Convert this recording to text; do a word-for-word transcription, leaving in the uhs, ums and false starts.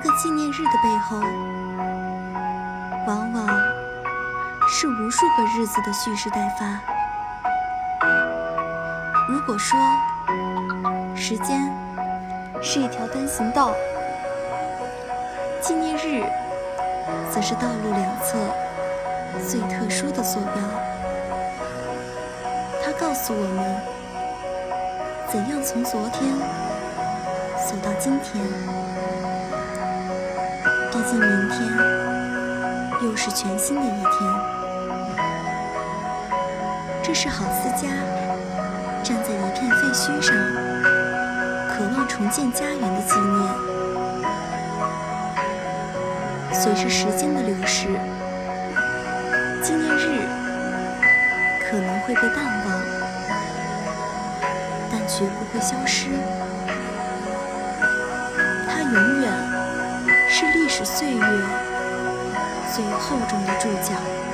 个纪念日的背后，往往是无数个日子的蓄势待发。如果说时间是一条单行道，纪念日则是道路两侧最特殊的坐标。它告诉我们怎样从昨天走到今天。毕竟明天又是全新的一天。这是郝思嘉站在一片废墟上，渴望重建家园的纪念。随着时间的流逝，纪念日可能会被淡忘，但绝不会消失。它永远是历史岁月最厚重的注脚。